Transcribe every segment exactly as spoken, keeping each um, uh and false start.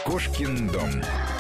Кошкин дом.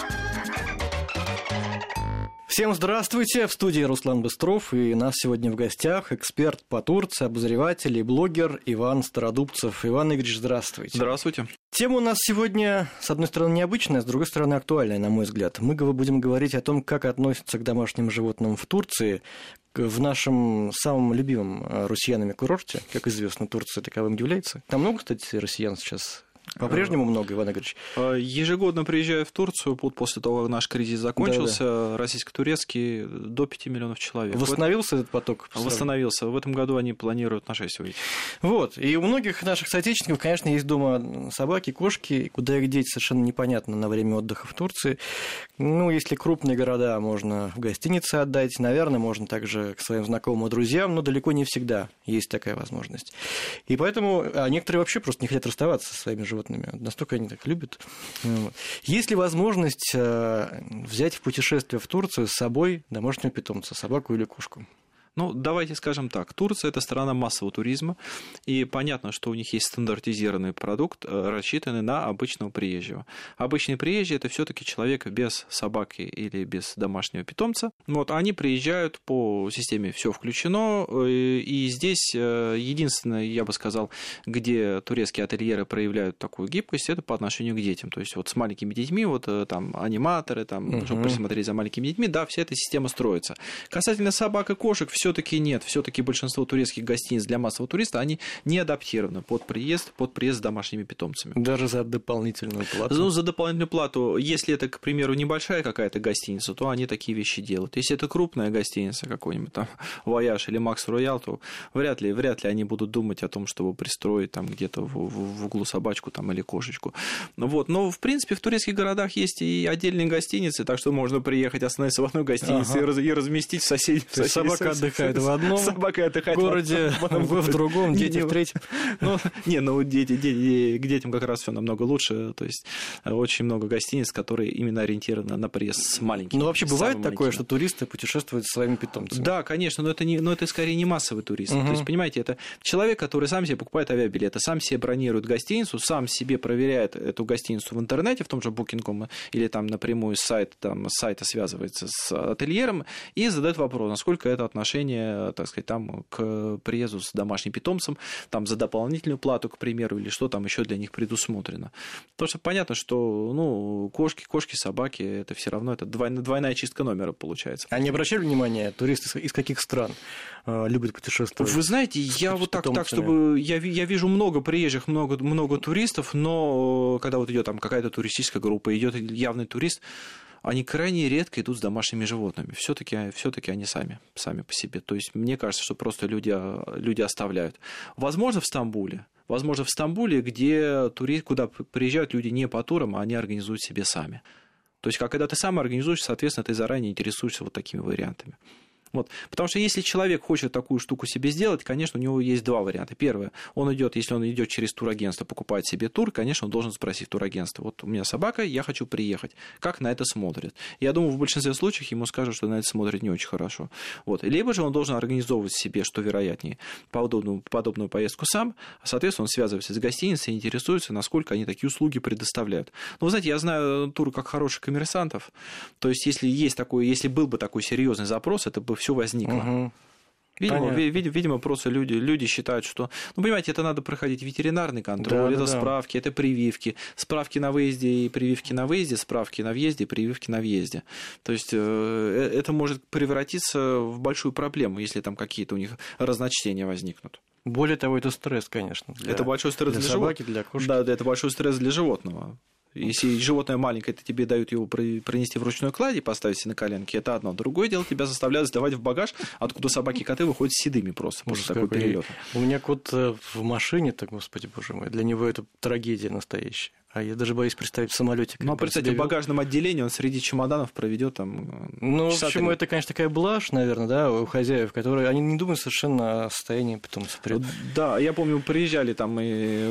Всем здравствуйте, в студии Руслан Быстров, и у нас сегодня в гостях эксперт по Турции, обозреватель и блогер Иван Стародубцев. Иван Игоревич, здравствуйте. Здравствуйте. Тема у нас сегодня, с одной стороны, необычная, с другой стороны, актуальная, на мой взгляд. Мы будем говорить о том, как относятся к домашним животным в Турции, в нашем самом любимом россиянами курорте. Как известно, Турция таковым является. Там много, кстати, россиян сейчас? По-прежнему много, Иван Игоревич? Ежегодно приезжаю в Турцию, после того, как наш кризис закончился, да-да. Российско-турецкий, до пяти миллионов человек. Восстановился этот поток? Восстановился. В этом году они планируют на шесть выйти. Вот. И у многих наших соотечественников, конечно, есть дома собаки, кошки, куда их деть совершенно непонятно на время отдыха в Турции. Ну, если крупные города, можно в гостинице отдать, наверное, можно также к своим знакомым и друзьям, но далеко не всегда есть такая возможность. И поэтому а некоторые вообще просто не хотят расставаться со своими животными. Настолько они так любят. Есть ли возможность взять в путешествие в Турцию с собой домашнего питомца, собаку или кошку? Ну, давайте скажем так. Турция – это страна массового туризма, и понятно, что у них есть стандартизированный продукт, рассчитанный на обычного приезжего. Обычный приезжий – это все-таки человек без собаки или без домашнего питомца. Вот, они приезжают по системе «все включено», и здесь единственное, я бы сказал, где турецкие ательеры проявляют такую гибкость, это по отношению к детям. То есть вот с маленькими детьми, вот там аниматоры, там, uh-huh. чтобы присмотреть за маленькими детьми, да, вся эта система строится. Касательно собак и кошек, все-таки нет, все-таки большинство турецких гостиниц для массового туриста, они не адаптированы под приезд, под приезд с домашними питомцами. Даже за дополнительную плату? Ну, за дополнительную плату, если это, к примеру, небольшая какая-то гостиница, то они такие вещи делают. Если это крупная гостиница, какой-нибудь там Вояж или Макс Роял, то вряд ли, вряд ли они будут думать о том, чтобы пристроить там где-то в, в, в углу собачку там, или кошечку. Вот. Но, в принципе, в турецких городах есть и отдельные гостиницы, так что можно приехать, остановиться в одной гостинице ага. и, раз, и разместить в соседней. Собака отдыхает в одном собака отдыхает городе, в, одном, вы в другом, дети в третьем. Ну, не, ну дети, дети, к детям как раз все намного лучше. То есть очень много гостиниц, которые именно ориентированы на приезд с маленькими. Ну, вообще бывает такое, маленькими. Что туристы путешествуют со своими питомцами? Да, конечно, но это, не, но это скорее не массовый турист. Угу. То есть, понимаете, это человек, который сам себе покупает авиабилеты, сам себе бронирует гостиницу, сам себе проверяет эту гостиницу в интернете, в том же букинг точка ком, или там напрямую с сайта, там, с сайта связывается с ательером и задает вопрос, насколько это отношение, так сказать, там, к приезду с домашним питомцем, там, за дополнительную плату, к примеру, или что там еще для них предусмотрено. Потому что понятно, что, ну, кошки, кошки, собаки, это все равно, это двойная, двойная чистка номера получается. А не обращали внимания, туристы из каких стран э, любят путешествовать? Вы знаете, я вот так, так, чтобы, я, я вижу много приезжих, много, много туристов, но когда вот идет там какая-то туристическая группа, идет явный турист, они крайне редко идут с домашними животными. Все-таки, все-таки они сами, сами по себе. То есть мне кажется, что просто люди, люди оставляют. Возможно, в Стамбуле. Возможно, в Стамбуле, где турист, куда приезжают люди не по турам, а они организуют себе сами. То есть, когда ты сам организуешь, соответственно, ты заранее интересуешься вот такими вариантами. Вот. Потому что если человек хочет такую штуку себе сделать, конечно, у него есть два варианта. Первое, он идет, если он идет через турагентство, покупает себе тур, конечно, он должен спросить турагентство: вот у меня собака, я хочу приехать. Как на это смотрят? Я думаю, в большинстве случаев ему скажут, что на это смотрят не очень хорошо. Вот. Либо же он должен организовывать себе, что вероятнее, подобную, подобную поездку сам, соответственно, он связывается с гостиницей и интересуется, насколько они такие услуги предоставляют. Но, вы знаете, я знаю тур как хороших коммерсантов, то есть, если есть такой, если был бы такой серьезный запрос, это бы все возникло. Угу. Видимо, видимо, видимо, просто люди, люди считают, что... Ну, понимаете, это надо проходить ветеринарный контроль, да, это да, справки, да. это прививки. Справки на выезде и прививки на выезде, справки на въезде и прививки на въезде. То есть, это может превратиться в большую проблему, если там какие-то у них разночтения возникнут. Более того, это стресс, конечно. Для, это большой стресс для, для собаки, для кошки. Да, это большой стресс для животного. Если животное маленькое, то тебе дают его пронести в ручной клади, поставить себе на коленки, это одно. Другое дело, тебя заставляют сдавать в багаж, откуда собаки и коты выходят седыми просто после такого перелета. У меня кот в машине, так, господи, боже мой, для него это трагедия настоящая. А я даже боюсь представить в самолете. Ну, представьте, в багажном отделении он среди чемоданов проведет там. Ну, в общем, это, конечно, такая блажь, наверное, да, у хозяев, которые они не думают совершенно о состоянии питомца. Да, я помню, приезжали там,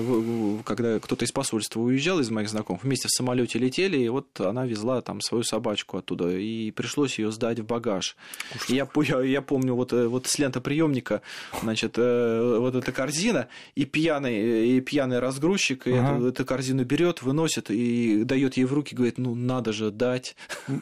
и, когда кто-то из посольства уезжал, из моих знакомых, вместе в самолете летели, и вот она везла там свою собачку оттуда, и пришлось ее сдать в багаж. И я, я, я помню, вот, вот с лентоприемника, значит, вот эта корзина, и пьяный, и пьяный разгрузчик, и ага. эту, эту корзину берет, берет, выносит и дает ей в руки, говорит, ну, надо же дать,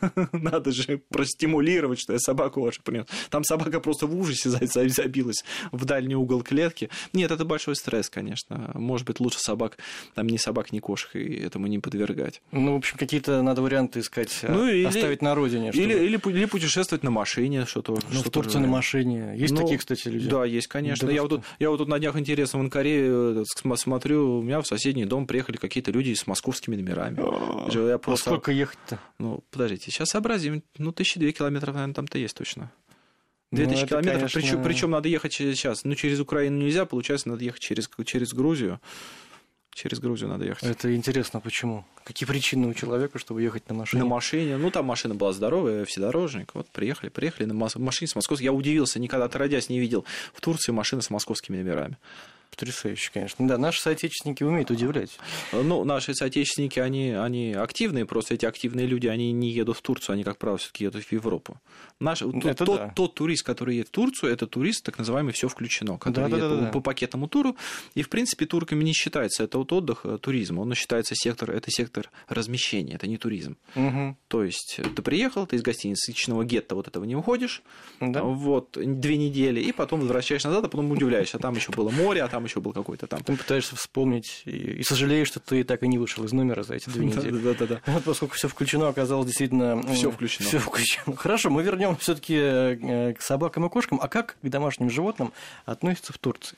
надо же простимулировать, что я собаку вашу принес. Там собака просто в ужасе забилась в дальний угол клетки. Нет, это большой стресс, конечно. Может быть, лучше собак, там ни собак, ни кошек, и этому не подвергать. Ну, в общем, какие-то надо варианты искать, ну, или, оставить на родине. Чтобы... Или, или, или путешествовать на машине, что-то. Ну, что-то в Турции же... на машине. Есть ну, такие, кстати, люди? Да, есть, конечно. Да, я, вот тут, я вот тут на днях интересно в Анкаре смотрю, у меня в соседний дом приехали какие-то люди с московскими номерами. Я просто... А сколько ехать-то? Ну, подождите, сейчас сообразим. Ну, тысячи две километров, наверное, там-то есть точно. Две тысячи ну, километров, конечно... причем, причем надо ехать сейчас. Ну, через Украину нельзя, получается, надо ехать через, через Грузию. Через Грузию надо ехать. Это интересно, почему? Какие причины у человека, чтобы ехать на машине? На машине. Ну, там машина была здоровая, вседорожник. Вот приехали, приехали на машине с московским. Я удивился, никогда отродясь не видел в Турции машины с московскими номерами. Потрясающе, конечно. Да, наши соотечественники умеют удивлять. Ну, наши соотечественники, они, они активные, просто эти активные люди, они не едут в Турцию, они, как правило, все-таки едут в Европу. Наш, тот, тот, тот турист, который едет в Турцию, это турист, так называемый, все включено, который да, едет да, да, по, да. по пакетному туру. И, в принципе, турками не считается. Это вот отдых, туризм. Он считается сектор, это сектор размещения, это не туризм. Угу. То есть ты приехал, ты из гостиничного гетто вот этого не уходишь, да. вот, две недели, и потом возвращаешься назад, а потом удивляешься, а там еще было море, а там еще был какой-то там. Ты пытаешься вспомнить и, и сожалеешь, что ты так и не вышел из номера за эти две недели. Да, да, да. Вот поскольку все включено, оказалось действительно. Все включено. Все включено. Хорошо, мы вернем все-таки к собакам и кошкам. А как к домашним животным относятся в Турции?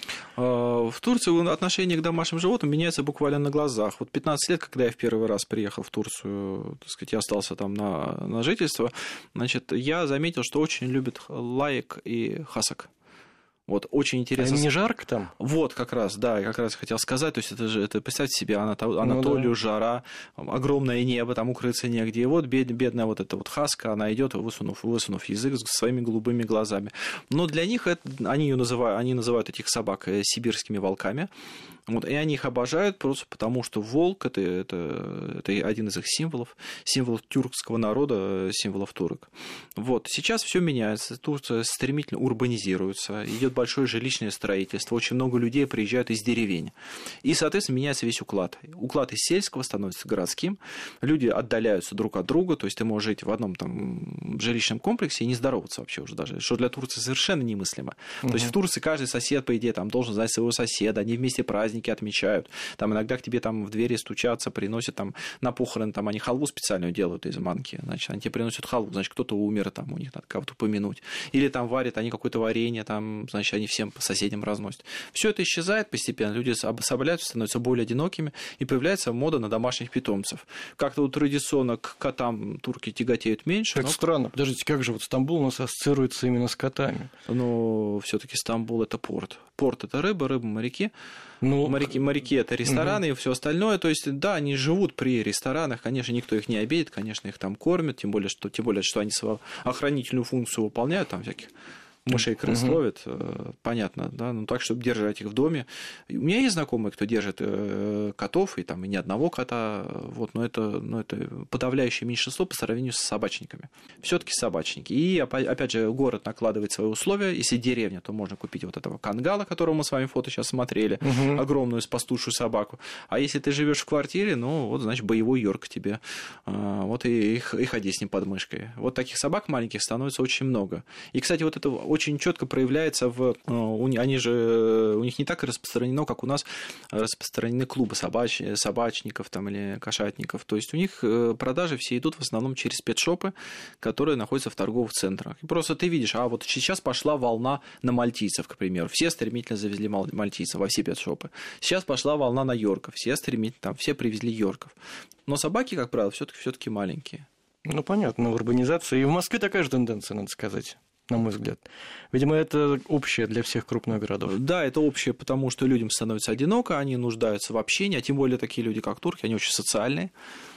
В Турции отношение к домашним животным меняется буквально на глазах. Вот пятнадцать лет, когда я в первый раз приехал в Турцию, так сказать, я остался там на, на жительство, значит, я заметил, что очень любят лаек и хасак. Вот, очень интересно. А не жарко там? Вот, как раз, да, я как раз хотел сказать, то есть это же, это, представьте себе, Анатолию, ну, да. жара, огромное небо, там укрыться негде, и вот бед, бедная вот эта вот хаска, она идет, высунув, высунув язык с своими голубыми глазами. Но для них это, они ее называют, они называют этих собак сибирскими волками. Вот, и они их обожают просто потому, что волк это, это, это один из их символов, символов тюркского народа, символов турок. Вот, сейчас все меняется, Турция стремительно урбанизируется, идет большое жилищное строительство, очень много людей приезжают из деревень. И, соответственно, меняется весь уклад. Уклад из сельского становится городским, люди отдаляются друг от друга, то есть ты можешь жить в одном там жилищном комплексе и не здороваться вообще уже даже, что для Турции совершенно немыслимо. Угу. То есть в Турции каждый сосед, по идее, там должен знать своего соседа, они вместе праздники отмечают, там иногда к тебе там в двери стучатся, приносят там на похороны, там они халву специальную делают из манки, значит, они тебе приносят халву, значит, кто-то умер, там у них надо кого-то помянуть, или там варят они какое-то варенье, там, значит, они всем по соседям разносят. Все это исчезает постепенно, люди обособляются, становятся более одинокими, и появляется мода на домашних питомцев. Как-то вот традиционно к котам турки тяготеют меньше. Это но... странно, подождите, как же вот Стамбул у нас ассоциируется именно с котами? Но все-таки Стамбул это порт. Порт это рыба, рыба, моряки. Ну, моряки, моряки это рестораны угу. и все остальное. То есть, да, они живут при ресторанах, конечно, никто их не обидит, конечно, их там кормят, тем более, что, тем более, что они свою охранительную функцию выполняют, там всяких мышей крыс угу. ловят, понятно, да, ну так, чтобы держать их в доме. У меня есть знакомые, кто держит котов, и там и ни одного кота, вот, но это, но это подавляющее меньшинство по сравнению с собачниками. Все-таки собачники. И, опять же, город накладывает свои условия. Если деревня, то можно купить вот этого кангала, которого мы с вами фото сейчас смотрели, угу. огромную пастушью собаку. А если ты живешь в квартире, ну, вот, значит, боевой йорк тебе. Вот и, и ходи с ним под мышкой. Вот таких собак маленьких становится очень много. И, кстати, вот это очень четко проявляется в... Они же... У них не так распространено, как у нас распространены клубы собач... собачников там, или кошатников. То есть у них продажи все идут в основном через петшопы, которые находятся в торговых центрах. И просто ты видишь, а вот сейчас пошла волна на мальтийцев, к примеру. Все стремительно завезли мальтийцев во все петшопы. Сейчас пошла волна на йорков. Все стремительно... Там, все привезли йорков. Но собаки, как правило, все-таки все-таки маленькие. Ну, понятно, урбанизация. И в Москве такая же тенденция, надо сказать. На мой взгляд. Видимо, это общее для всех крупных городов. Да, это общее, потому что людям становится одиноко, они нуждаются в общении, а тем более такие люди, как турки, они очень социальные.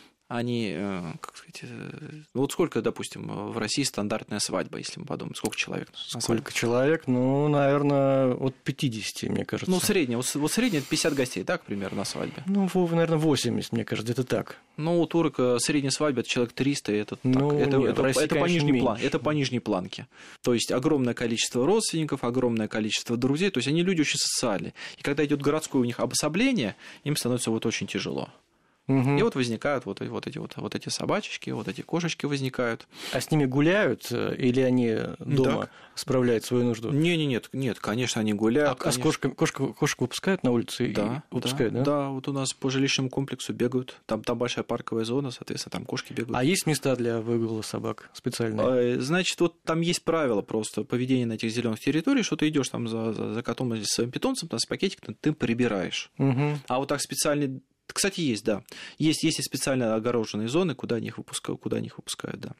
Они, как сказать, вот сколько, допустим, в России стандартная свадьба, если мы подумаем, сколько человек? Сколько человек? Ну, наверное, от пятидесяти, мне кажется. Ну, средняя, вот, вот средняя это пятьдесят гостей, так, примерно, на свадьбе? Ну, наверное, восемьдесят, мне кажется, это так. Ну, у турок средняя свадьба, это человек триста, это, ну, так, это, нет, это, России, это, по нижней план, это по нижней планке. То есть огромное количество родственников, огромное количество друзей, то есть они люди очень социальные. И когда идет городское у них обособление, им становится вот очень тяжело. Угу. И вот возникают вот, вот, эти, вот, вот эти собачечки, вот эти кошечки возникают. А с ними гуляют или они дома так. справляют свою нужду? Не, не, нет, нет, конечно, они гуляют. А, конечно. а с кошками, кошку, кошку выпускают на улицу? Да, и выпускают, да, да? Да, вот у нас по жилищному комплексу бегают. Там, там большая парковая зона, соответственно, там кошки бегают. А есть места для выгула собак специальные? Значит, вот там есть правила просто поведения на этих зеленых территориях, что ты идешь там за, за, за котом или своим питомцем, там с пакетиком ты прибираешь. Угу. А вот так специальный. Кстати, есть, да. Есть, есть и специально огороженные зоны, куда они их выпускают, куда они их выпускают, да.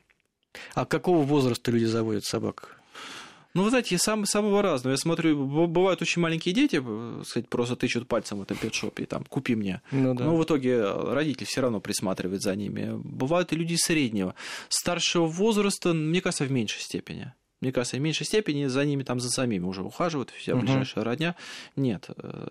А какого возраста люди заводят собак? Ну, вы знаете, сам, самого разного. Я смотрю, бывают очень маленькие дети, сказать, просто тычут пальцем в этом петшопе, там, купи мне. Ну, да. Но в итоге родитель все равно присматривает за ними. Бывают и люди среднего. Старшего возраста, мне кажется, в меньшей степени. Мне кажется, в меньшей степени за ними там за самими уже ухаживают, вся uh-huh. ближайшая родня. Нет.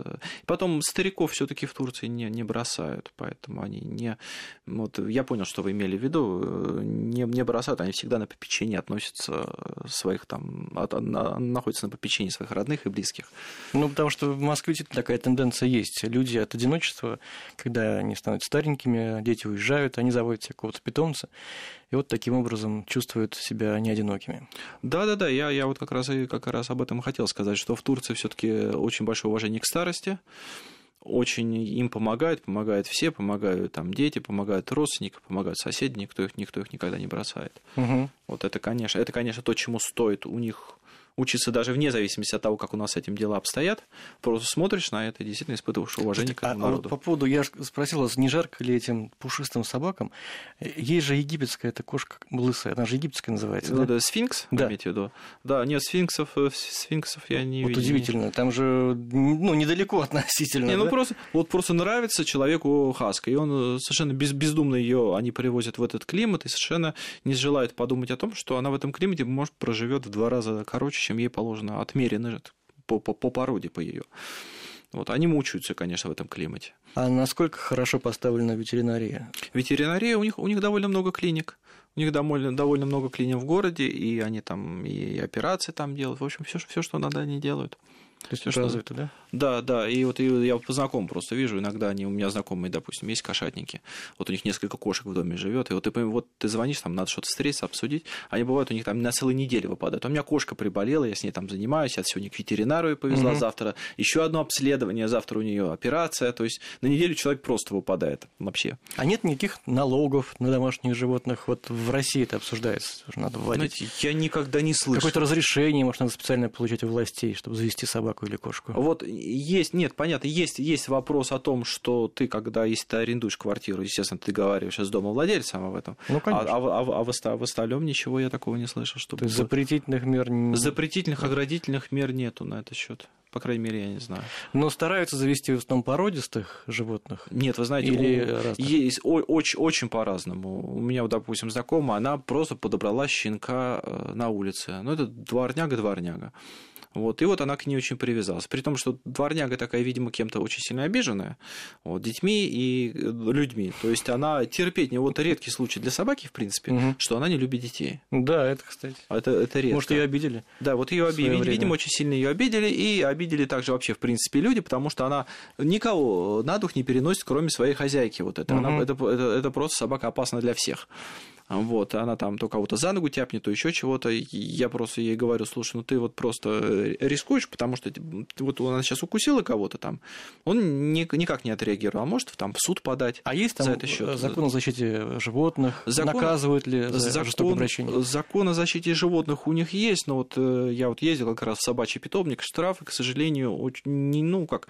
Потом стариков все-таки в Турции не, не бросают, поэтому они не. Вот я понял, что вы имели в виду, не, не бросают, они всегда на попечении относятся своих там, от, на, находятся на попечении своих родных и близких. Ну, потому что в Москве такая тенденция есть. Люди от одиночества, когда они становятся старенькими, дети уезжают, они заводят себе какого-то питомца. И вот таким образом чувствуют себя не одинокими. Да, да, да. Я, я вот как раз и как раз об этом хотел сказать, что в Турции все-таки очень большое уважение к старости. Очень им помогают, помогают все, помогают там дети, помогают родственники, помогают соседи, никто их, никто их никогда не бросает. Угу. Вот это, конечно, это, конечно, то, чему стоит у них учиться даже вне зависимости от того, как у нас с этим дела обстоят. Просто смотришь на это и действительно испытываешь уважение к этому а, народу. А вот по поводу, я спросил вас, не жарко ли этим пушистым собакам? Есть же египетская эта кошка лысая, она же египетская называется, ну, да? да? Сфинкс, да. Вы имеете в виду? Да, нет, сфинксов, сфинксов я не вот видел. Вот удивительно, там же, ну, недалеко относительно. Не, да? ну просто, вот просто нравится человеку хаска, и он совершенно без, бездумно ее они привозят в этот климат и совершенно не желает подумать о том, что она в этом климате, может, проживет в два раза короче, чем ей положено, отмерено по, по, по породе, по ее. Вот, они мучаются, конечно, в этом климате. А насколько хорошо поставлена ветеринария? Ветеринария, у них, у них довольно много клиник. У них довольно, довольно много клиник в городе, и они там и операции там делают. В общем, все, все что надо, они делают. То есть это развито, да? Да, да. И вот я по знакомым просто вижу, иногда они у меня знакомые, допустим, есть кошатники. Вот у них несколько кошек в доме живет. И вот ты, вот ты звонишь, там надо что-то встретиться, обсудить. Они бывают, у них там на целую неделю выпадают. У меня кошка приболела, я с ней там занимаюсь, я сегодня к ветеринару ее повезла, угу. завтра еще одно обследование, завтра у нее операция. То есть на неделю человек просто выпадает вообще. А нет никаких налогов на домашних животных? Вот в России это обсуждается, надо вводить. Знаете, я никогда не слышал. Какое-то разрешение, может, надо специально получать у властей, чтобы завести собаку или кошку. Вот есть, нет, понятно, есть, есть вопрос о том, что ты, когда, если ты арендуешь квартиру, естественно, ты договариваешься с домовладельцем об этом. Ну, конечно. А, а, а, а в остальном ничего я такого не слышал. Чтобы... То есть запретительных мер... Запретительных, оградительных мер нету на этот счет. По крайней мере, я не знаю. Но стараются завести в основном породистых животных? Нет, вы знаете, Или есть очень, очень по-разному. У меня, допустим, знакомая, она просто подобрала щенка на улице. Ну, это дворняга-дворняга. Вот, и вот она к ней очень привязалась. При том, что дворняга такая, видимо, кем-то очень сильно обиженная, вот, детьми и людьми. То есть она терпеть не... Вот редкий случай для собаки, в принципе, угу. что она не любит детей. Да, это, кстати. Это, это редко. Может, ее обидели? Да, вот ее обидели, видимо, очень сильно ее обидели, и обидели также вообще, в принципе, люди, потому что она никого на дух не переносит, кроме своей хозяйки. Вот это. Угу. Она, это, это, это просто собака опасна для всех. Вот, она там то кого-то за ногу тяпнет, то еще чего-то. Я просто ей говорю, слушай, ну ты вот просто рискуешь, потому что вот она сейчас укусила кого-то там, он никак не отреагировал, а может там в суд подать. А есть там за это счет. Закон о защите животных? Закон, наказывают ли за закон, жестокое обращение? Закон о защите животных у них есть, но вот я вот ездил как раз в собачий питомник, штрафы, к сожалению, очень, ну как...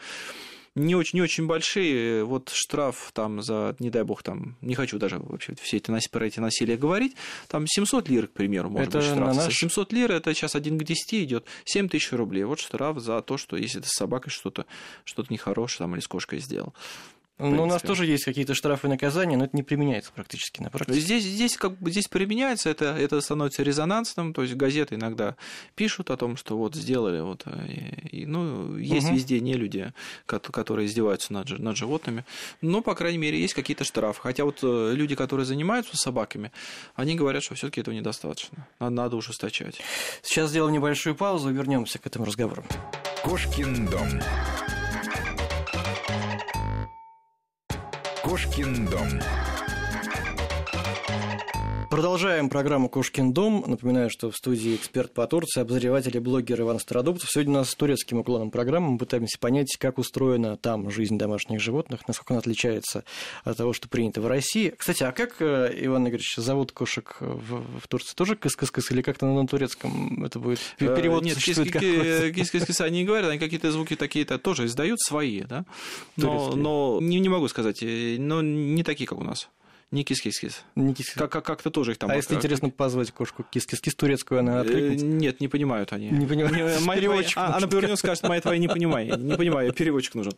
Не очень, не очень большие, вот штраф там за, не дай бог, там, не хочу даже вообще все эти, про эти насилия говорить, там семьсот лир, к примеру, может это быть, штраф. Наш... семьсот лир, это сейчас один к десяти идет, семь тысяч рублей, вот штраф за то, что если ты с собакой что-то, что-то нехорошее там, или с кошкой сделал. Ну, у нас тоже есть какие-то штрафы и наказания, но это не применяется практически на практике. Здесь, здесь, как бы, здесь применяется, это, это становится резонансным, то есть газеты иногда пишут о том, что вот сделали, вот, и, и, ну, есть угу. везде нелюди, которые издеваются над, над животными, но, по крайней мере, есть какие-то штрафы. Хотя вот люди, которые занимаются собаками, они говорят, что все-таки этого недостаточно, надо, надо ужесточать. Сейчас сделаем небольшую паузу, вернемся к этому разговору. Кошкин дом. Кошкин дом. Продолжаем программу «Кошкин дом». Напоминаю, что в студии эксперт по Турции, обозреватель и блогер Иван Стародубцев. Сегодня у нас с турецким уклоном программы. Мы пытаемся понять, как устроена там жизнь домашних животных, насколько она отличается от того, что принято в России. Кстати, а как, Иван Игоревич, зовут кошек в, в Турции? Тоже кыс-кыс-кыс или как-то на турецком это будет? Перевод Нет, кис-кис-кис они не говорят, они какие-то звуки такие-то тоже издают свои, да? Но, но не, не могу сказать, но не такие, как у нас. Не кис-кис-кис. Не кис-кис. Как, как, как-то тоже их там... А если интересно позвать кошку кис-кис-кис турецкую, она откликнется? Нет, не понимают они. Не понимают. Переводчик. А, она повернется, скажет, моя твоя не понимаю. Не понимаю, переводчик нужен.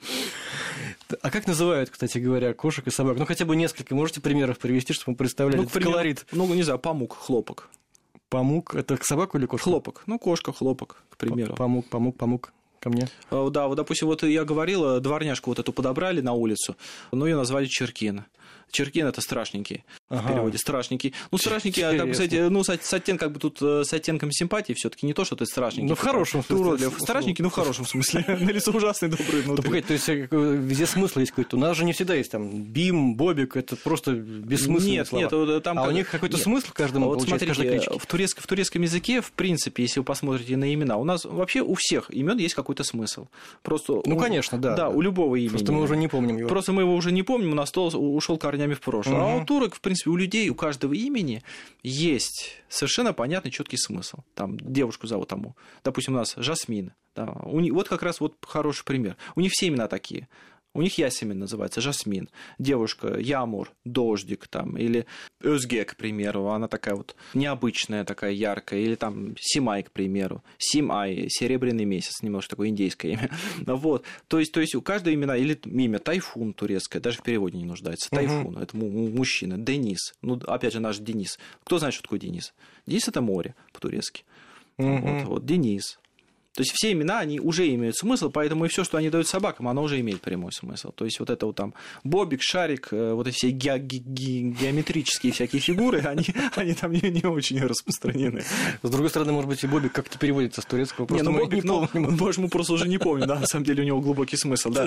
А как называют, кстати говоря, кошек и собак? Ну, хотя бы несколько. Можете примеров привести, чтобы мы представляли ну, пример, колорит? Ну, не знаю, памук, хлопок. Памук? Это собаку или кошку? Хлопок. Ну, кошка, хлопок, к примеру. Памук, памук, памук. Ко мне. Да, вот, допустим, вот я говорила, дворняжку вот эту подобрали на улицу, но ее назвали Черкин. Черкин – это страшненький, ага. в переводе страшненький. Ну, страшненький, как бы, кстати, ну, с, оттен, как бы тут с оттенком симпатии все-таки не то, что ты страшненький. Ну, в хорошем смысле. Страшненький, ну, в хорошем смысле. На лицо ужасный, добрый внутри. То есть, везде смысл есть какой-то. У нас же не всегда есть там Бим, Бобик, это просто бессмысленные слова. Нет, нет, там... А у них какой-то смысл каждому вот смотрите, в турецком, в турецком языке, в принципе, если вы посмотрите на имена, у нас вообще у всех имен есть какой-то смысл. Просто ну, у, конечно, да. Да, у любого имени. Просто мы уже не помним его. Просто мы его уже не помним, у нас ушел корнями в прошлое. Угу. А у турок, в принципе, у людей, у каждого имени есть совершенно понятный, четкий смысл. Там девушку зовут тому. Допустим, у нас Жасмин. Да, у них, вот как раз вот хороший пример. У них все имена такие. У них Ясемин называется, Жасмин. Девушка Ямур, Дождик, там, или Özge, к примеру, она такая вот необычная, такая яркая, или там Симай, к примеру, Симай, серебряный месяц, немножко такое индейское имя. Вот. То есть, то есть у каждого имена, или имя Тайфун турецкое, даже в переводе не нуждается, Тайфун, uh-huh. это мужчина, Денис, ну, опять же, наш Денис. Кто знает, что такое Денис? Денис – это море по-турецки. Uh-huh. Вот, вот, Денис. То есть все имена, они уже имеют смысл, поэтому и все, что они дают собакам, оно уже имеет прямой смысл. То есть вот это вот там Бобик, Шарик, вот эти все ге- ге- ге- геометрические всякие фигуры, они, они там не, не очень распространены. С другой стороны, может быть, и Бобик как-то переводится с турецкого. Не, ну Бобик, ну, может, мы просто уже не помним, да, на самом деле у него глубокий смысл, да.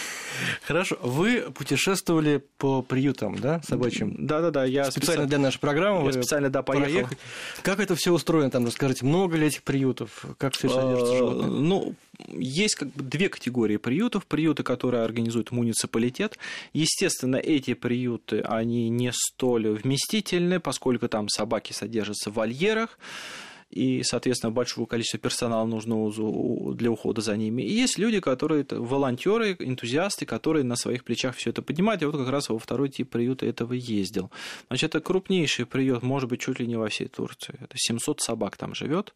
Хорошо. Вы путешествовали по приютам, да, собачьим? Да-да-да. Я специально для нашей программы. Я специально, да, поехал. Проехать. Как это все устроено там? Расскажите, много ли этих приютов? Как все содержится животных? Ну, есть как бы две категории приютов. Приюты, которые организует муниципалитет. Естественно, эти приюты, они не столь вместительны, поскольку там собаки содержатся в вольерах. И, соответственно, большого количества персонала нужно для ухода за ними. И есть люди, которые волонтеры, энтузиасты, которые на своих плечах все это поднимают. Я вот как раз во второй тип приюта этого ездил. Значит, это крупнейший приют, может быть, чуть ли не во всей Турции. Это семьсот собак там живет.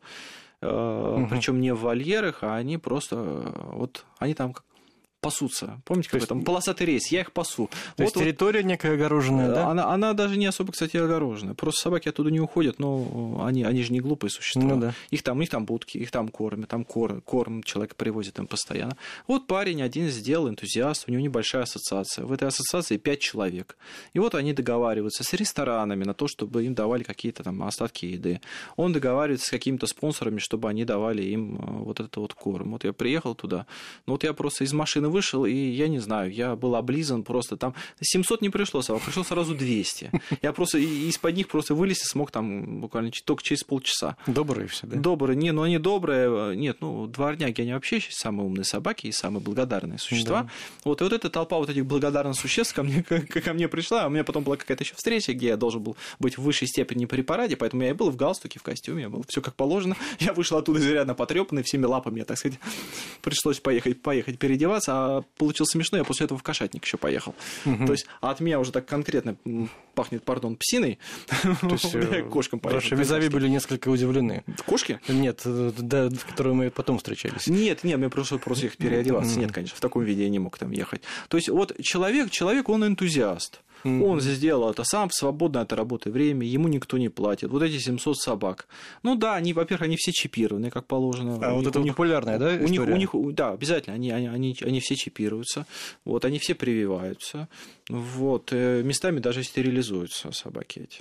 Угу. Причем не в вольерах, а они просто вот они там пасутся. Помните, как там полосатый рейс? Я их пасу. То вот, есть территория вот, некая огороженная, да? Она, она даже не особо, кстати, огороженная. Просто собаки оттуда не уходят, но они, они же не глупые существа. Ну, да. Их там, их там будки, их там кормят, там корм, корм человек привозит им постоянно. Вот парень один сделал, энтузиаст, у него небольшая ассоциация. В этой ассоциации пять человек. И вот они договариваются с ресторанами на то, чтобы им давали какие-то там остатки еды. Он договаривается с какими-то спонсорами, чтобы они давали им вот этот вот корм. Вот я приехал туда, ну вот я просто из машины вышел, и я не знаю, я был облизан просто там. семьсот не пришло, а пришло сразу двести. Я просто из-под них просто вылез и смог там буквально только через полчаса. Добрые все, да? Добрые. Не, ну они добрые. Нет, ну дворняги, они вообще самые умные собаки и самые благодарные существа. Да. Вот, и вот эта толпа вот этих благодарных существ ко мне, ко мне пришла, а у меня потом была какая-то еще встреча, где я должен был быть в высшей степени при параде, поэтому я и был в галстуке, в костюме, я был все как положено. Я вышел оттуда изрядно потрепанный, всеми лапами, так сказать, пришлось поехать, поехать переодеваться, а получилось смешно, я после этого в кошатник еще поехал. Угу. То есть от меня уже так конкретно пахнет, пардон, псиной. То есть кошкам поехал. Ваши визави были несколько удивлены. Кошки? Нет, да, в которые мы потом встречались. Нет, нет, мне просто просто ехать переодеваться. Нет, конечно, в таком виде я не мог там ехать. То есть вот человек, человек, он энтузиаст. Mm-hmm. Он сделал это сам в свободное от работы время, ему никто не платит. Вот эти семьсот собак. Ну да, они, во-первых, они все чипированы, как положено. А у вот них, это у них, популярная, да, у них, у них, да, обязательно, они, они, они, они все чипируются, вот, они все прививаются, вот, местами даже стерилизуются собаки эти.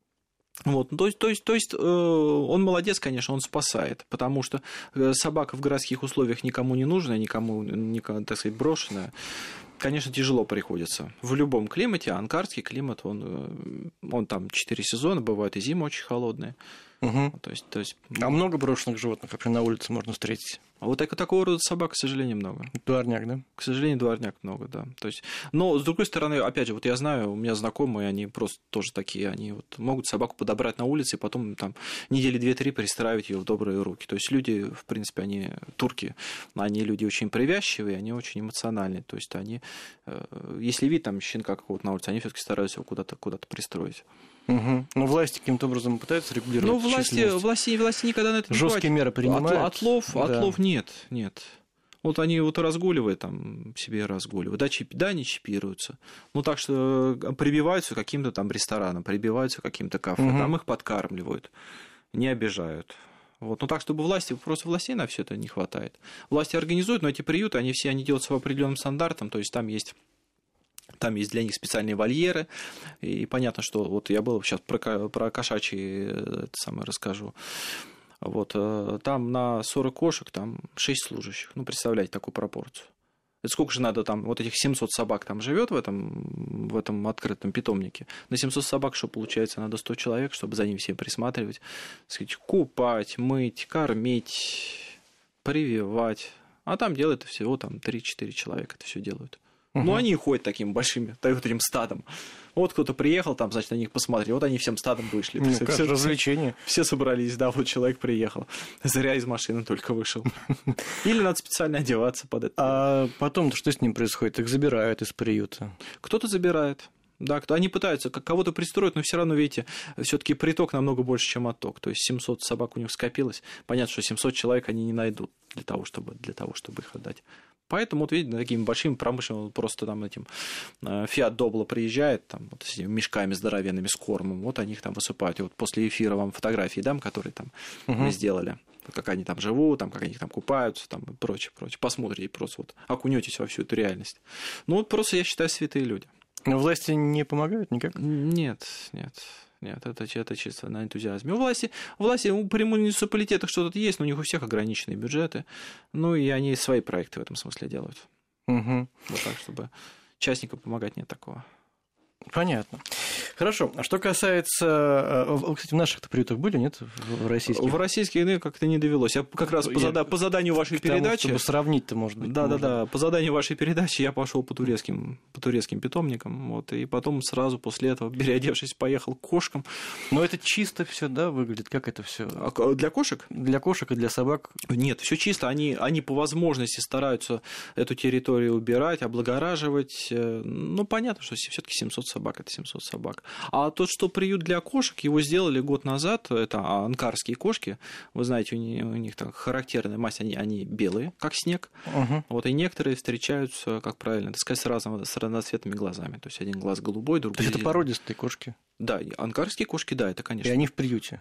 Вот, то есть, то есть, то есть он молодец, конечно, он спасает, потому что собака в городских условиях никому не нужная, никому, никому, так сказать, брошенная. конечно, тяжело приходится. В любом климате, а анкарский климат, он, он там четыре сезона, бывают и зимы очень холодные. Угу. То есть, то есть... А много брошенных животных вообще на улице можно встретить? А вот так, такого рода собак, к сожалению, много. Дворняк, да? К сожалению, дворняк много, да. То есть, но, с другой стороны, опять же, вот я знаю, у меня знакомые, они просто тоже такие, они вот могут собаку подобрать на улице и потом там недели две-три пристраивать ее в добрые руки. То есть люди, в принципе, они турки, они люди очень привязчивые, они очень эмоциональные. То есть они, если видят там щенка какого-то на улице, они все-таки стараются его куда-то, куда-то пристроить. Угу. Но власти каким-то образом пытаются регулировать. Ну, власти, власти, власти никогда на это не жесткие меры принимают. От, отлов, да. Отлов нет, нет. Вот они вот разгуливают, там себе разгуливают. Да, чип, да, они чипируются. Ну, так что прибиваются к каким-то там ресторанам, прибиваются к каким-то кафе, угу. Там их подкармливают, не обижают. Вот. Ну, так, чтобы власти, просто властей на все это не хватает. Власти организуют, но эти приюты, они все они делаются по определенным стандартам, то есть там есть... Там есть для них специальные вольеры, и понятно, что вот я был сейчас про, про кошачьи это самое расскажу. Вот, там на сорок кошек там шесть служащих. Ну, представляете такую пропорцию. Это сколько же надо там, вот этих семьсот собак там живет в этом, в этом открытом питомнике. На семьсот собак, что получается, надо сто человек, чтобы за ними всем присматривать, сказать, купать, мыть, кормить, прививать. А там делает всего там три-четыре человека это все делают. Ну, они ходят такими большими, вот этим стадом. Вот кто-то приехал, там, значит, на них посмотрел, вот они всем стадом вышли. Ну, все, как все, развлечение. Все собрались, да, вот человек приехал. Зря из машины только вышел. Или надо специально одеваться под это. А потом что с ним происходит? Их забирают из приюта? Кто-то забирает. Да, они пытаются кого-то пристроить, но все равно, видите, все-таки приток намного больше, чем отток. То есть семьсот собак у них скопилось. Понятно, что семьсот человек они не найдут для того, чтобы, для того, чтобы их отдать. Поэтому, вот видите, такими большими промышленными, просто там этим Фиат Добло приезжает, там, вот, с мешками здоровенными, с кормом, вот они их там высыпают. И вот после эфира вам фотографии дам, которые там угу. мы сделали, как они там живут, там, как они там купаются, там, и прочее, прочее. Посмотрите, просто вот окунетесь во всю эту реальность. Ну, вот просто, я считаю, святые люди. Но власти не помогают никак? Нет, нет. Нет, это, это чисто на энтузиазме. У власти, у власти при муниципалитетах что-то есть, но у них у всех ограниченные бюджеты. Ну, и они свои проекты в этом смысле делают. Угу. Вот так, чтобы частникам помогать, нет такого. Понятно. Хорошо. А что касается... Вы, кстати, в наших-то приютах были, нет? В российских? В российских, ну, как-то не довелось. Я как раз по, зада... по заданию вашей тому, передачи... чтобы сравнить-то, может быть. Да-да-да. По заданию вашей передачи я пошел по турецким, по турецким питомникам. Вот, и потом сразу после этого, переодевшись, поехал к кошкам. Но это чисто все, да, выглядит? Как это все? А для кошек? Для кошек и для собак? Нет, все чисто. Они, они по возможности стараются эту территорию убирать, облагораживать. Ну, понятно, что все-таки семьсот собак – это семьсот собак. А то, что приют для кошек, его сделали год назад, это анкарские кошки, вы знаете, у них, у них там характерная масть, они, они белые, как снег, угу. Вот, и некоторые встречаются, как правильно, так сказать, с, разными, с разноцветными глазами, то есть один глаз голубой, другой... То есть это породистые кошки? Да, анкарские кошки, да, это, конечно. И они в приюте?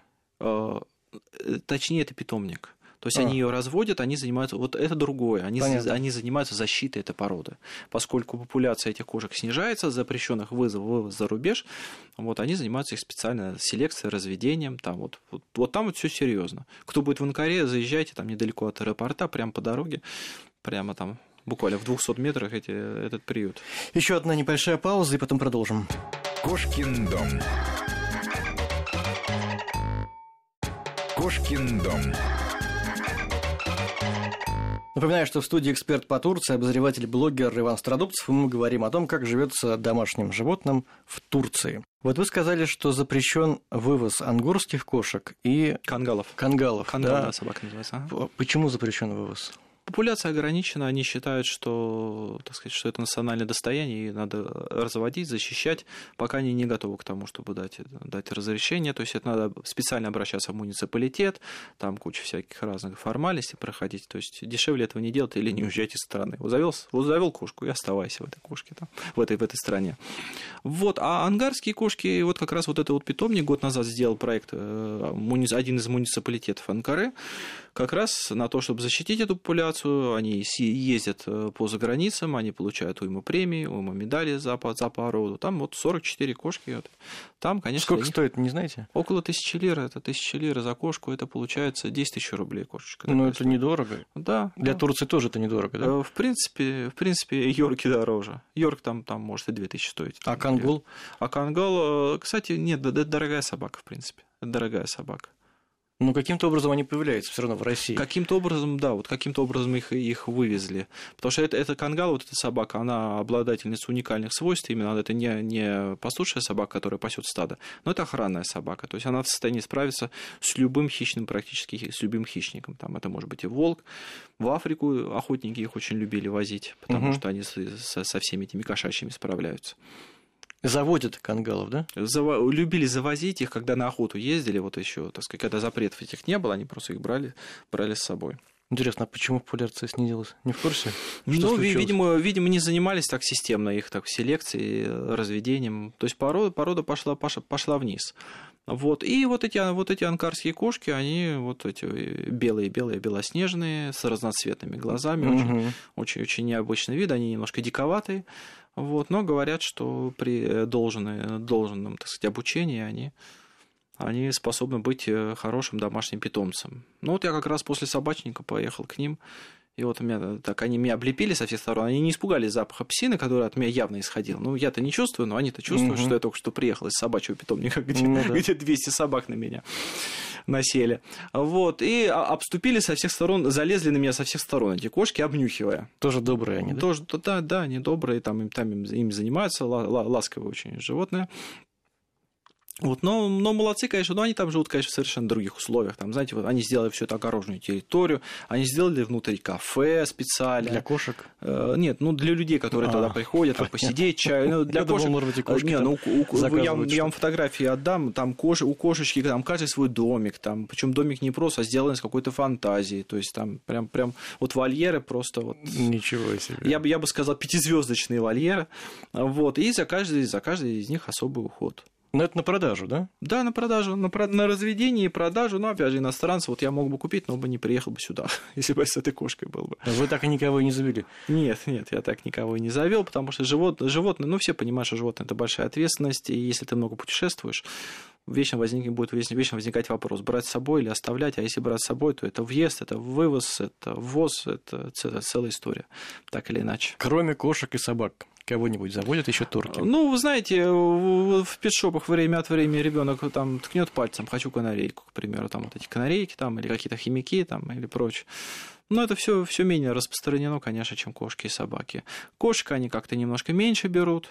Точнее, это питомник. То есть а. они ее разводят, они занимаются... Вот это другое. Они, за, они занимаются защитой этой породы. Поскольку популяция этих кошек снижается, запрещенных вызов, вывоз за рубеж, вот, они занимаются их специальной селекцией, разведением. Там, вот, вот, вот там вот все серьезно. Кто будет в Анкаре, заезжайте там недалеко от аэропорта, прямо по дороге, прямо там буквально в двухстах метрах эти, этот приют. Еще одна небольшая пауза, и потом продолжим. Кошкин дом. Кошкин дом. Напоминаю, что в студии эксперт по Турции, обозреватель-блогер Иван Страдубцев, и мы говорим о том, как живется домашним животным в Турции. Вот вы сказали, что запрещен вывоз ангорских кошек и... Кангалов. Кангалов, Кангалов, да. да, собака называется. Ага. Почему запрещен вывоз? Популяция ограничена, они считают, что, так сказать, что это национальное достояние, и надо разводить, защищать, пока они не готовы к тому, чтобы дать, дать разрешение. То есть это надо специально обращаться в муниципалитет, там куча всяких разных формальностей проходить. То есть дешевле этого не делать или не уезжать из страны. Вот завел, вот завел кошку и оставайся в этой кошке, там, в, этой, в этой стране. Вот. А ангарские кошки, вот как раз вот этот вот питомник год назад сделал проект один из муниципалитетов Анкары, как раз на то, чтобы защитить эту популяцию. ситуацию, они ездят по заграницам, они получают уйму премий, уйму медалей за, за породу. Там вот сорок четыре кошки. Вот. Там, конечно, сколько стоит, не знаете? Около тысячи лир. Это тысяча лир за кошку, это получается десять тысяч рублей кошечка. Ну, это недорого. Да. Для да. Турции тоже это недорого, да? В принципе, в принципе, Йорки дороже. Йорк там, там может и две тысячи стоить. А кангол? А кангол, кстати, нет, это дорогая собака, в принципе. Это дорогая собака. Но каким-то образом они появляются все равно в России. Каким-то образом, да, вот каким-то образом их, их вывезли. Потому что это, это кангал, вот эта собака, она обладательница уникальных свойств. Именно это не, не пастушая собака, которая пасет стадо, но это охранная собака. То есть она в состоянии справиться с любым хищным, практически с любым хищником. Там это может быть и волк. В Африку охотники их очень любили возить, потому угу. что они со, со всеми этими кошачьими справляются. Заводят кангалов, да? Зав... Любили завозить их, когда на охоту ездили, вот еще, так сказать, когда запретов этих не было, они просто их брали, брали с собой. Интересно, а почему популяция снизилась? Не в курсе? Что ну, видимо, видимо, не занимались так системно их так селекцией, разведением. То есть порода, порода пошла, пошла, пошла вниз. Вот. И вот эти, вот эти анкарские кошки, они вот эти белые-белые, белоснежные, с разноцветными глазами, угу. очень, очень, очень необычный вид, они немножко диковатые. Вот, но говорят, что при должном, должном, так сказать, обучении они, они способны быть хорошим домашним питомцем. Ну вот я как раз после собачника поехал к ним, и вот у меня, так они меня облепили со всех сторон, они не испугались запаха псины, который от меня явно исходил. Ну, я-то не чувствую, но они-то чувствуют, угу. что я только что приехал из собачьего питомника, где, ну, да. где двести собак на меня насели. Вот, и обступили со всех сторон, залезли на меня со всех сторон эти кошки, обнюхивая. Тоже добрые они, да? Тоже, да, да, они добрые, там, там им, им занимаются, ласковые очень животные. Вот, но, но молодцы, конечно, но они там живут, конечно, в совершенно других условиях. Там, знаете, вот они сделали всю эту огороженную территорию, они сделали внутри кафе специально. Для кошек? Э, нет, ну для людей, которые а, туда приходят, там, посидеть, чай. Ну, для я кошек. Думал, может быть, и кошки не, ну, у, я, я вам фотографии отдам, там кош, у кошечки там каждый свой домик, там, причем домик не просто, а сделан из какой-то фантазии. То есть там прям, прям вот вольеры просто вот. Ничего себе. Я бы, я бы сказал, пятизвездочные вольеры. Вот, и за каждый, за каждый из них особый уход. Но это на продажу, да? Да, на продажу, на, на разведение и продажу. Но, опять же, иностранцы, вот я мог бы купить, но бы не приехал бы сюда, если бы с этой кошкой был бы. Вы так и никого и не завели? Нет, нет, я так никого и не завел, потому что животные, животные, ну, все понимают, что животные – это большая ответственность, и если ты много путешествуешь, вечно, возник, будет вечно возникать вопрос, брать с собой или оставлять, а если брать с собой, то это въезд, это вывоз, это ввоз, это целая история, так или иначе. Кроме кошек и собак. Кого-нибудь заводят еще турки? Ну, вы знаете, в петшопах время от времени ребенок там ткнет пальцем, хочу канарейку, к примеру, там вот эти канарейки там, или какие-то хомяки там, или прочее. Но это все все менее распространено, конечно, чем кошки и собаки. Кошек они как-то немножко меньше берут.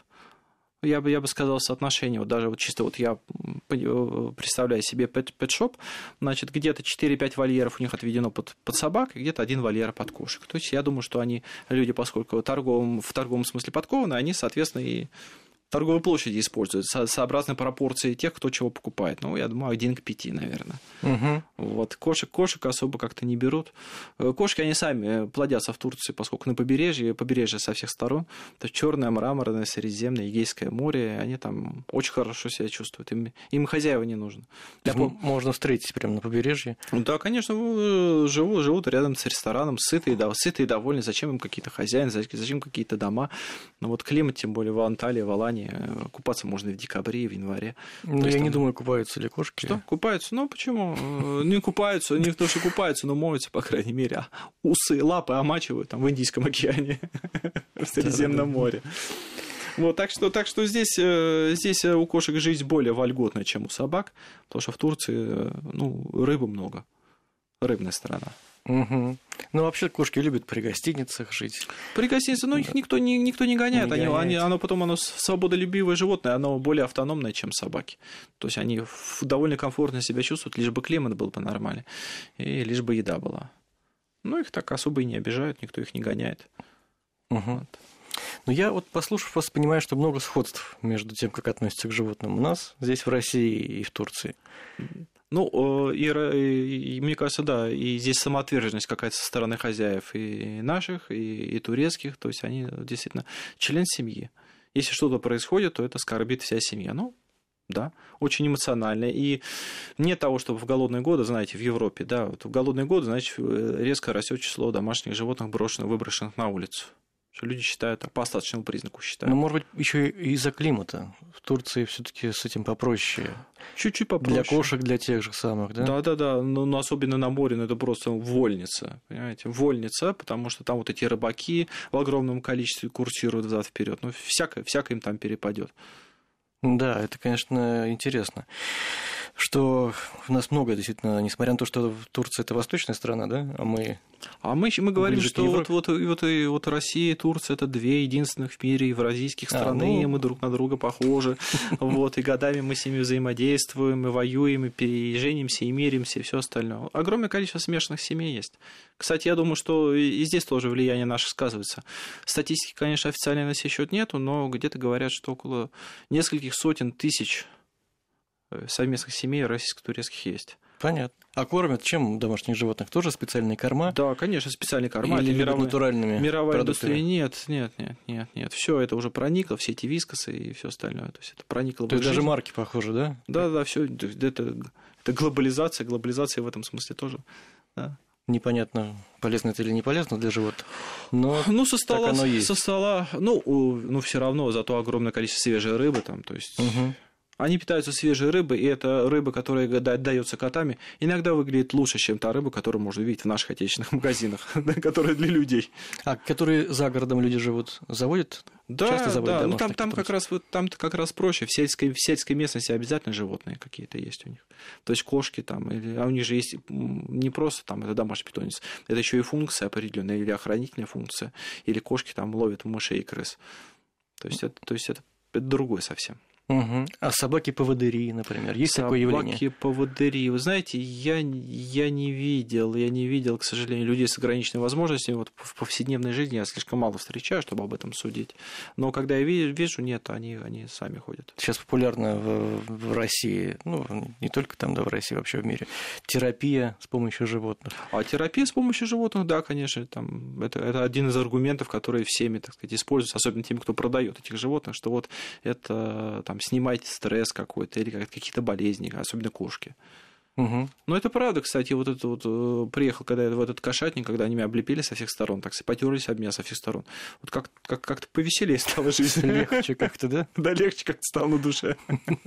Я бы, я бы сказал, соотношение, вот даже вот чисто вот я представляю себе петшоп, значит, где-то четыре-пять вольеров у них отведено под, под собак, и где-то один вольер под кошек. То есть я думаю, что они, люди, поскольку торговым, в торговом смысле подкованы, они, соответственно, и торговые площади используют, со, сообразно пропорции тех, кто чего покупает. Ну, я думаю, один к пяти, наверное. Угу. Вот. Кошек, кошек особо как-то не берут. Кошки, они сами плодятся в Турции, поскольку на побережье, побережье со всех сторон, то Черное, Мраморное, Средиземное, Эгейское море, они там очень хорошо себя чувствуют. Им, им хозяева не нужны. Пом... Можно встретить прямо на побережье? Да, конечно, живут, живут рядом с рестораном, сытые, сытые и довольны. Зачем им какие-то хозяины, зачем какие-то дома? Ну, вот климат, тем более в Анталии, в Алании, купаться можно и в декабре, и в январе. Ну, я там... не думаю, купаются ли кошки. Что? Купаются? Ну, почему? Не купаются, не то, что купаются, но моются, по крайней мере. А усы, лапы омачивают там в Индийском океане, в Средиземном море. Вот, так что, так что здесь, здесь у кошек жизнь более вольготная, чем у собак, потому что в Турции, ну, рыбы много. Рыбная страна. Угу. Ну, вообще кошки любят при гостиницах жить. При гостинице, ну, их никто не, никто не гоняет. Не они, гоняет. Они, оно потом оно свободолюбивое животное, оно более автономное, чем собаки. То есть они довольно комфортно себя чувствуют, лишь бы климат был бы нормальный, и лишь бы еда была. Ну, их так особо и не обижают, никто их не гоняет. Угу. Вот. Но я вот, послушав вас, понимаю, что много сходств между тем, как относятся к животным у нас, здесь, в России и в Турции. Ну, и, и, и мне кажется, да, и здесь самоотверженность какая-то со стороны хозяев и наших, и, и турецких, то есть они действительно член семьи. Если что-то происходит, то это скорбит вся семья. Ну, Да, очень эмоционально. И нет того, чтобы в голодные годы, знаете, в Европе, да, вот в голодные годы, значит, резко растет число домашних животных, брошенных, выброшенных на улицу. Что люди считают, по остаточному признаку считают. Ну, может быть, еще и из-за климата. В Турции все-таки с этим попроще. Чуть-чуть попроще. Для кошек, для тех же самых, да? Да, да, да. Но, но особенно на море, ну, это просто вольница. Понимаете? Вольница, потому что там вот эти рыбаки в огромном количестве курсируют взад-вперед. Ну, всякое, всякое им там перепадет. Да, это, конечно, интересно, что у нас много, действительно, несмотря на то, что Турция – это восточная страна, да, а мы… А мы, мы говорим, что вот, вот, вот, и вот Россия и Турция – это две единственных в мире евразийских страны, а, ну... и мы друг на друга похожи, вот, и годами мы с ними взаимодействуем, и воюем, и переезжаемся, и миримся, и все остальное. Огромное количество смешанных семей есть. Кстати, я думаю, что и здесь тоже влияние наше сказывается. Статистики, конечно, официальной на сей счет нету, но где-то говорят, что около нескольких сотен тысяч совместных семей российско-турецких есть. Понятно. А кормят чем домашних животных? Тоже специальные корма? Да, конечно, специальные корма. Или мировой, натуральными мировая продуктами? Индустрия? Нет, нет, нет, нет, нет. Все это уже проникло, все эти вискосы и все остальное. То есть это проникло. То есть даже марки похожи, да? Да, да, все. Это, это глобализация, глобализация в этом смысле тоже. Да. Непонятно, полезно это или не полезно для животных, но ну, со стола, так оно есть. Со стола, ну, ну, все равно, зато огромное количество свежей рыбы там, то есть... Угу. Они питаются свежей рыбой, и эта рыба, которая дается котами, иногда выглядит лучше, чем та рыба, которую можно увидеть в наших отечественных магазинах, которая для людей. А которые за городом люди живут, заводят? Да, часто заводят, да. Ну, там, там, как раз, вот, там как раз проще. В сельской, в сельской местности обязательно животные какие-то есть у них. То есть кошки там, или, а у них же есть не просто там, это домашний питомец, это еще и функция определенная, или охранительная функция, или кошки там ловят мышей и крыс. То есть это, то есть это, это другое совсем. Угу. А собаки-поводыри, например, есть собаки такое явление? Собаки-поводыри. Вы знаете, я, я не видел, я не видел, к сожалению, людей с ограниченными возможностями. Вот в повседневной жизни я слишком мало встречаю, чтобы об этом судить. Но когда я вижу, нет, они, они сами ходят. Сейчас популярна в, в России, ну, не только там, да, в России, вообще в мире, терапия с помощью животных. А терапия с помощью животных, да, конечно, там, это, это один из аргументов, которые всеми, так сказать, используются, особенно теми, кто продает этих животных, что вот это там, снимайте стресс какой-то или какие-то болезни, особенно кошки. Угу. Но это правда, кстати, вот это вот приехал, когда я в этот кошатник, когда они меня облепили со всех сторон, так потерлись об меня со всех сторон. Вот как, как, как-то повеселее стало жизнь. Легче как-то, да? Да, легче как-то стало на душе.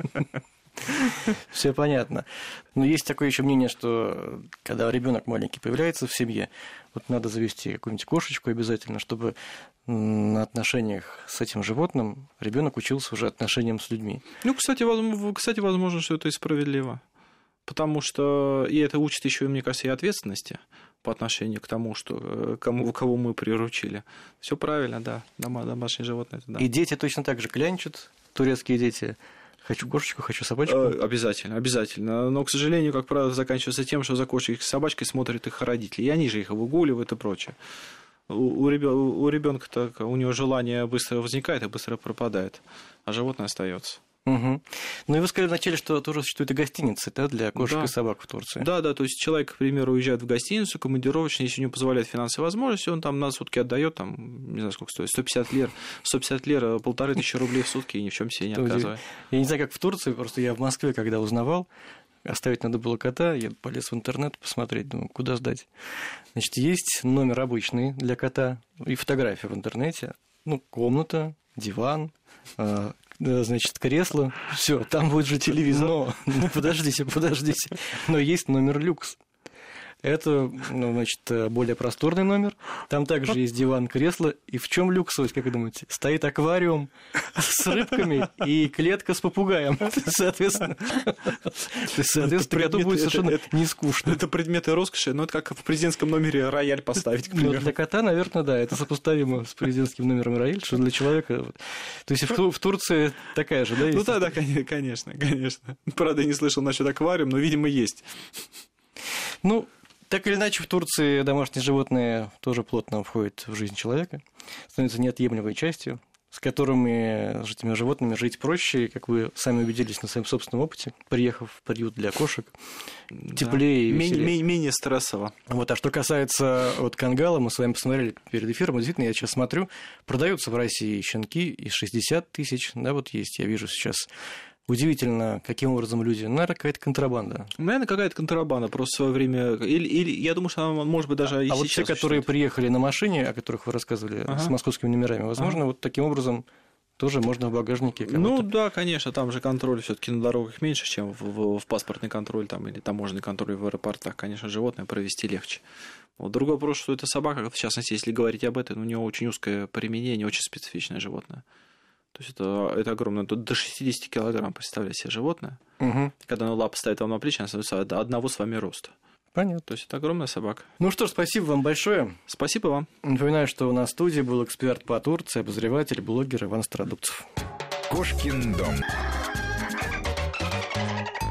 Все понятно. Но есть такое еще мнение, что когда ребенок маленький появляется в семье, вот надо завести какую-нибудь кошечку обязательно, чтобы на отношениях с этим животным ребенок учился уже отношениям с людьми. Ну, кстати, возможно, кстати, возможно, что это и справедливо. Потому что и это учит еще, мне кажется, и ответственности по отношению к тому, что кому, кого мы приручили. Все правильно, да. Дома, домашние животные. Это, да. И дети точно так же клянчат, турецкие дети. Хочу кошечку, хочу собачку. Обязательно, обязательно. Но, к сожалению, как правило, заканчивается тем, что за кошечкой и собачкой смотрят их родители. И они же их выгуливают и прочее. У ребенка-то у него желание быстро возникает и быстро пропадает, а животное остается. Угу. Ну и вы сказали вначале, что тоже существует и гостиницы, да, для кошек да. и собак в Турции. Да, да, то есть человек, к примеру, уезжает в гостиницу, командировочный, если у него позволяет финансовые возможности, он там на сутки отдает, там, не знаю, сколько стоит, сто пятьдесят лир, сто пятьдесят лир, полторы тысячи рублей в сутки, и ни в чем себе не отказывает. Я не знаю, как в Турции, просто я в Москве, когда узнавал, оставить надо было кота, я полез в интернет посмотреть, думаю, куда сдать. Значит, есть номер обычный для кота и фотография в интернете, ну, комната, диван, значит, кресло, все, там будет же телевизор. Но, ну, подождите, подождите. Но есть номер люкс. Это, ну, значит, более просторный номер. Там также есть диван, кресло. И в чем люксовость, как вы думаете? Стоит аквариум с рыбками и клетка с попугаем. Соответственно, соответственно, коту будет совершенно не скучно. Это предметы роскоши, но это как в президентском номере рояль поставить, к примеру. Для кота, наверное, да, это сопоставимо с президентским номером рояль, что для человека... То есть в Турции такая же, да, есть? Ну да, да, конечно, конечно. Правда, я не слышал насчет аквариума, но, видимо, есть. Ну, так или иначе, в Турции домашние животные тоже плотно входят в жизнь человека, становятся неотъемлемой частью, с которыми, с этими животными жить проще, и, как вы сами убедились на своем собственном опыте, приехав в приют для кошек, теплее да. и веселее. Менее, менее стрессово. Вот, а что касается вот кангала, мы с вами посмотрели перед эфиром, действительно, я сейчас смотрю, продаются в России щенки и шестьдесят тысяч, да, вот есть, я вижу сейчас Удивительно, каким образом люди... Наверное, какая-то контрабанда. Наверное, какая-то контрабанда. Просто в свое время... Или, или я думаю, что она, может быть, даже и а сейчас вот те, существует. которые приехали на машине, о которых вы рассказывали, ага. с московскими номерами, возможно, ага. вот таким образом тоже можно в багажнике кого-то... Ну да, конечно, там же контроль все-таки на дорогах меньше, чем в, в, в паспортный контроль там, или таможенный контроль в аэропортах. Конечно, животное провести легче. Вот другой вопрос, что это собака, в частности, если говорить об этом, у нее очень узкое применение, очень специфичное животное. То есть это, это огромное, тут до шестьдесят килограмм, представляете себе, животное. Угу. Когда оно лапы ставит вам на плечи, она становится одного с вами роста. Понятно. То есть это огромная собака. Ну что ж, спасибо вам большое. Спасибо вам. Напоминаю, что у нас в студии был эксперт по Турции, обозреватель, блогер Иван Стародубцев. Кошкин дом.